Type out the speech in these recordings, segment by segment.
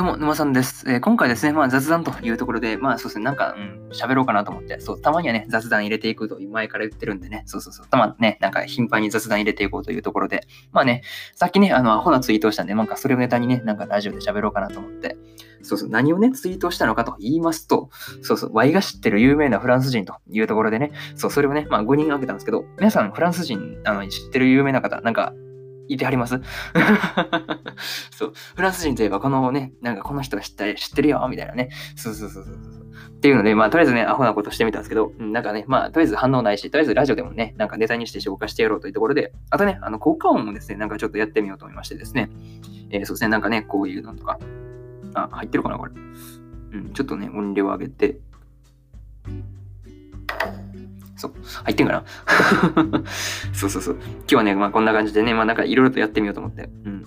どうも、沼さんです。今回ですね、雑談というところで、そうですね、喋ろうかなと思って、たまにはね、雑談入れていくと前から言ってるんでね、たまにね、頻繁に雑談入れていこうというところで、さっきね、アホなツイートをしたんで、それをネタにね、ラジオで喋ろうかなと思って、何をね、ツイートしたのかと言いますと、ワイが知ってる有名なフランス人というところでね、それをね、5人挙げたんですけど、皆さん、フランス人、知ってる有名な方、いてはりますフランス人といえばこのね、この人は知ってるよ、みたいなね。っていうので、とりあえずね、アホなことしてみたんですけど、とりあえず反応ないし、とりあえずラジオでもね、ネタにして消化してやろうというところで、あとね、効果音もですね、ちょっとやってみようと思いましてですね、そうですね、こういうのとか、入ってるかな、これ。ちょっとね、音量上げて、入ってんかな今日はね、こんな感じでね、いろいろとやってみようと思って。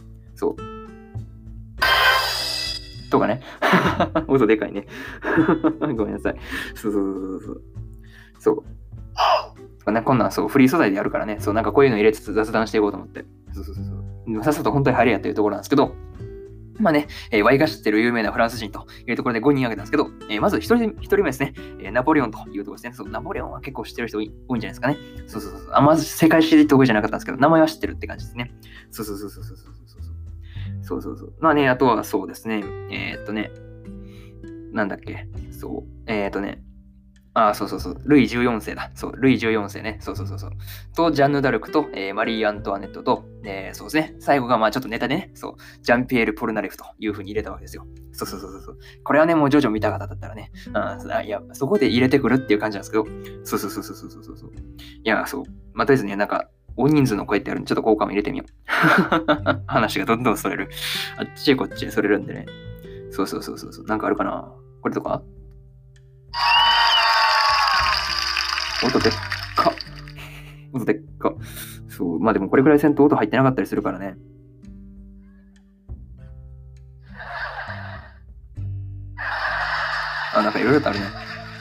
とかね。音でかいね。ごめんなさい。こんなんフリー素材でやるからね。こういうの入れつつ雑談していこうと思って。さっさと本当に入れやっていうところなんですけど、ワイが知ってる有名なフランス人というところで5人挙げたんですけど、まず1人目ですね、ナポレオンというところですね。ナポレオンは結構知ってる人多いんじゃないですかね。まず世界史得意じゃなかったんですけど、名前は知ってるって感じですね。あとはそうですね。なんだっけ。ルイ14世だ。ルイ14世ね。と、ジャンヌ・ダルクと、マリー・アントワネットと、そうですね。最後がちょっとネタでね、ジャンピエール・ポルナレフという風に入れたわけですよ。これはね、もうジョジョ見た方だったらね、いや、そこで入れてくるっていう感じなんですけど、いや、とりあえずね、大人数の声ってあるんで、ちょっと効果も入れてみよう。話がどんどんそれる。あっちへこっちへそれるんでね。なんかあるかなこれとか音でっか。でもこれくらいせんと音入ってなかったりするからね。いろいろとあるね。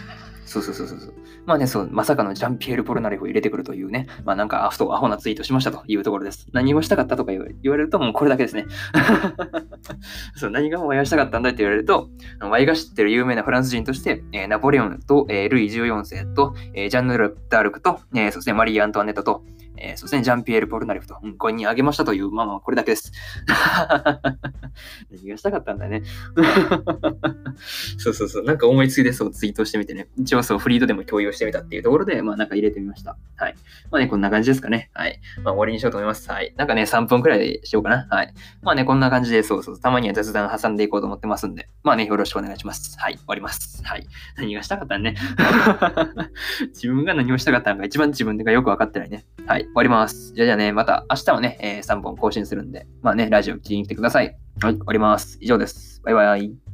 まさかのジャンピエール・ポルナレフを入れてくるというね。アホなツイートしましたというところです。何をしたかったとか言われると、もうこれだけですね。何がワイがしたかったんだって言われると、ワイが知ってる有名なフランス人として、ナポレオンと、ルイ14世と、ジャンヌ・ダルクと、マリー・アントワネットと、ジャンピエール・ポルナレフと、5人挙げましたという、これだけです。何がしたかったんだね。思いつきでツイートしてみてね。一応フリードでも共有してみたっていうところで、入れてみました。はい。こんな感じですかね。はい。終わりにしようと思います。はい。3分くらいでしようかな。はい。こんな感じで、たまには雑談挟んでいこうと思ってますんで、よろしくお願いします。はい。終わります。はい。何がしたかったんね。自分が何をしたかったのか一番自分がよくわかってないね。はい。終わります。じゃあね、また明日はね、3本更新するんで、ラジオ聞きに来てください。はい。終わります。以上です。バイバイ。